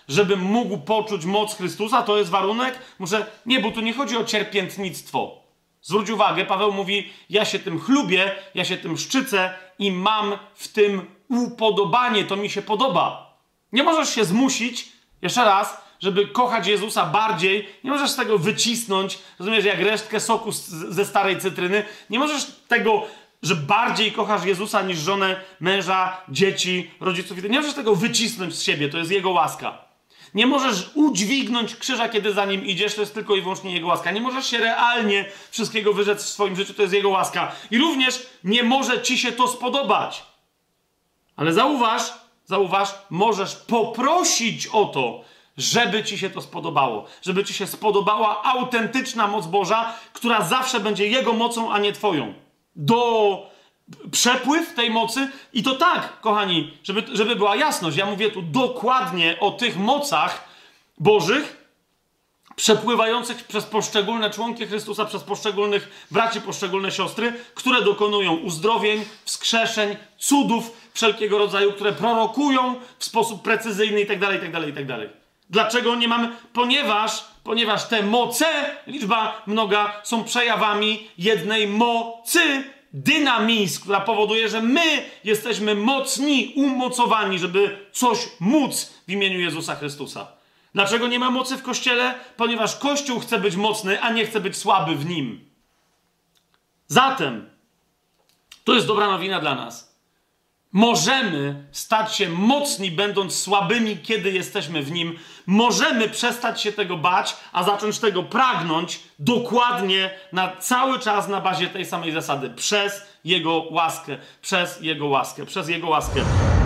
żebym mógł poczuć moc Chrystusa, to jest warunek? Nie, bo tu nie chodzi o cierpiętnictwo. Zwróć uwagę, Paweł mówi, ja się tym chlubię, ja się tym szczycę i mam w tym upodobanie, to mi się podoba. Nie możesz się zmusić, jeszcze raz, żeby kochać Jezusa bardziej, nie możesz tego wycisnąć, rozumiesz, jak resztkę soku ze starej cytryny, nie możesz tego, że bardziej kochasz Jezusa niż żonę, męża, dzieci, rodziców, nie możesz tego wycisnąć z siebie, to jest Jego łaska. Nie możesz udźwignąć krzyża, kiedy za Nim idziesz, to jest tylko i wyłącznie Jego łaska. Nie możesz się realnie wszystkiego wyrzec w swoim życiu, to jest Jego łaska. I również nie może ci się to spodobać. Ale zauważ, możesz poprosić o to, żeby ci się to spodobało. Żeby ci się spodobała autentyczna moc Boża, która zawsze będzie Jego mocą, a nie twoją. Przepływ tej mocy i to tak, kochani, żeby była jasność. Ja mówię tu dokładnie o tych mocach Bożych przepływających przez poszczególne członki Chrystusa, przez poszczególnych braci, poszczególne siostry, które dokonują uzdrowień, wskrzeszeń, cudów wszelkiego rodzaju, które prorokują w sposób precyzyjny itd., itd., itd. Dlaczego nie mamy? Ponieważ te moce, liczba mnoga, są przejawami jednej mocy, dynamis, która powoduje, że my jesteśmy mocni, umocowani, żeby coś móc w imieniu Jezusa Chrystusa. Dlaczego nie ma mocy w Kościele? Ponieważ Kościół chce być mocny, a nie chce być słaby w nim. Zatem, to jest dobra nowina dla nas. Możemy stać się mocni, będąc słabymi, kiedy jesteśmy w Nim. Możemy przestać się tego bać, a zacząć tego pragnąć dokładnie cały czas na bazie tej samej zasady. Przez Jego łaskę, przez Jego łaskę, przez Jego łaskę.